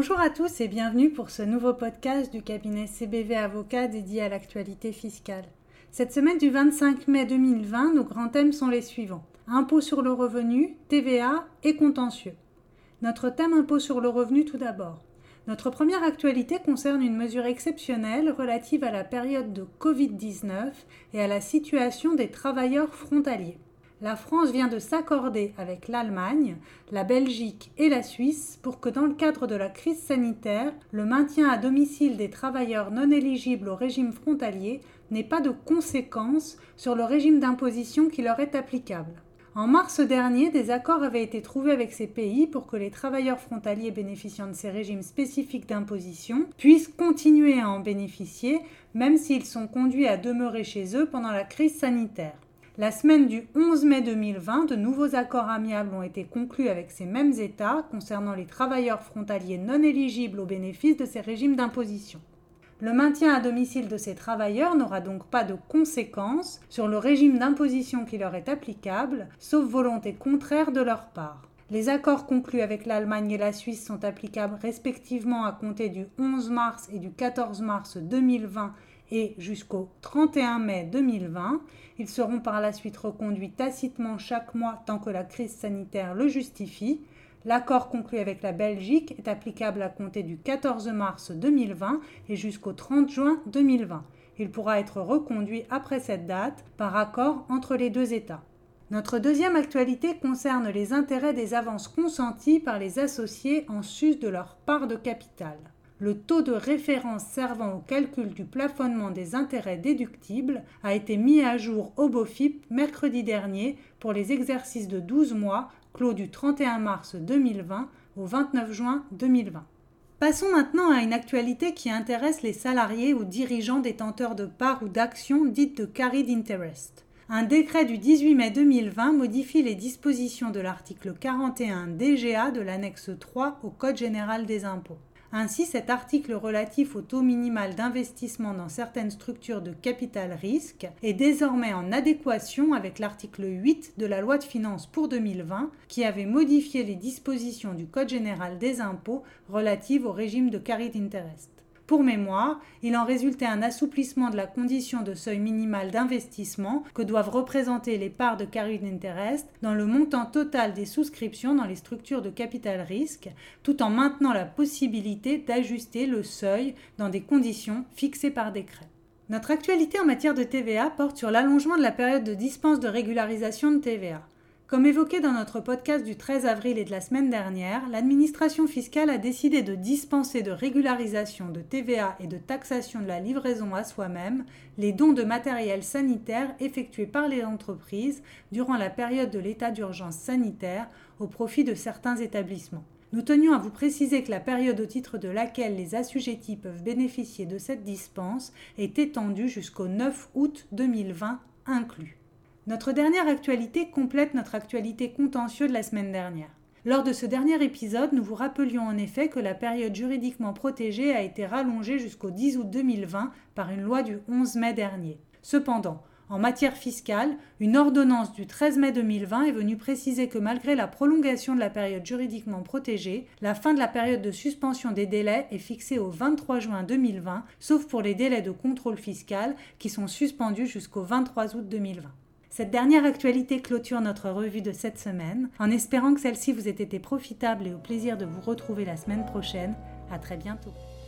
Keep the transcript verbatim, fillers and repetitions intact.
Bonjour à tous et bienvenue pour ce nouveau podcast du cabinet C B V Avocats dédié à l'actualité fiscale. Cette semaine du vingt-cinq mai deux mille vingt, nos grands thèmes sont les suivants. Impôt sur le revenu, T V A et contentieux. Notre thème impôt sur le revenu tout d'abord. Notre première actualité concerne une mesure exceptionnelle relative à la période de covid dix-neuf et à la situation des travailleurs frontaliers. La France vient de s'accorder avec l'Allemagne, la Belgique et la Suisse pour que dans le cadre de la crise sanitaire, le maintien à domicile des travailleurs non éligibles au régime frontalier n'ait pas de conséquences sur le régime d'imposition qui leur est applicable. En mars dernier, des accords avaient été trouvés avec ces pays pour que les travailleurs frontaliers bénéficiant de ces régimes spécifiques d'imposition puissent continuer à en bénéficier, même s'ils sont conduits à demeurer chez eux pendant la crise sanitaire. La semaine du onze mai deux mille vingt, de nouveaux accords amiables ont été conclus avec ces mêmes États concernant les travailleurs frontaliers non éligibles au bénéfice de ces régimes d'imposition. Le maintien à domicile de ces travailleurs n'aura donc pas de conséquences sur le régime d'imposition qui leur est applicable, sauf volonté contraire de leur part. Les accords conclus avec l'Allemagne et la Suisse sont applicables respectivement à compter du onze mars et du quatorze mars deux mille vingt et jusqu'au trente et un mai deux mille vingt. Ils seront par la suite reconduits tacitement chaque mois tant que la crise sanitaire le justifie. L'accord conclu avec la Belgique est applicable à compter du quatorze mars deux mille vingt et jusqu'au trente juin deux mille vingt. Il pourra être reconduit après cette date par accord entre les deux États. Notre deuxième actualité concerne les intérêts des avances consenties par les associés en sus de leur part de capital. Le taux de référence servant au calcul du plafonnement des intérêts déductibles a été mis à jour au BOFIP mercredi dernier pour les exercices de douze mois clos du trente et un mars deux mille vingt au vingt-neuf juin deux mille vingt. Passons maintenant à une actualité qui intéresse les salariés ou dirigeants détenteurs de parts ou d'actions dites de carried interest. Un décret du dix-huit mai deux mille vingt modifie les dispositions de l'article quarante et un D G A de l'annexe trois au Code général des impôts. Ainsi, cet article relatif au taux minimal d'investissement dans certaines structures de capital risque est désormais en adéquation avec l'article huit de la loi de finances pour deux mille vingt qui avait modifié les dispositions du Code général des impôts relatives au régime de carried interest. Pour mémoire, il en résultait un assouplissement de la condition de seuil minimal d'investissement que doivent représenter les parts de carried interest dans le montant total des souscriptions dans les structures de capital risque, tout en maintenant la possibilité d'ajuster le seuil dans des conditions fixées par décret. Notre actualité en matière de T V A porte sur l'allongement de la période de dispense de régularisation de T V A. Comme évoqué dans notre podcast du treize avril et de la semaine dernière, l'administration fiscale a décidé de dispenser de régularisation de T V A et de taxation de la livraison à soi-même les dons de matériel sanitaire effectués par les entreprises durant la période de l'état d'urgence sanitaire au profit de certains établissements. Nous tenions à vous préciser que la période au titre de laquelle les assujettis peuvent bénéficier de cette dispense est étendue jusqu'au neuf août deux mille vingt inclus. Notre dernière actualité complète notre actualité contentieux de la semaine dernière. Lors de ce dernier épisode, nous vous rappelions en effet que la période juridiquement protégée a été rallongée jusqu'au dix août deux mille vingt par une loi du onze mai dernier. Cependant, en matière fiscale, une ordonnance du treize mai deux mille vingt est venue préciser que malgré la prolongation de la période juridiquement protégée, la fin de la période de suspension des délais est fixée au vingt-trois juin deux mille vingt, sauf pour les délais de contrôle fiscal qui sont suspendus jusqu'au vingt-trois août deux mille vingt. Cette dernière actualité clôture notre revue de cette semaine, en espérant que celle-ci vous ait été profitable et au plaisir de vous retrouver la semaine prochaine. À très bientôt.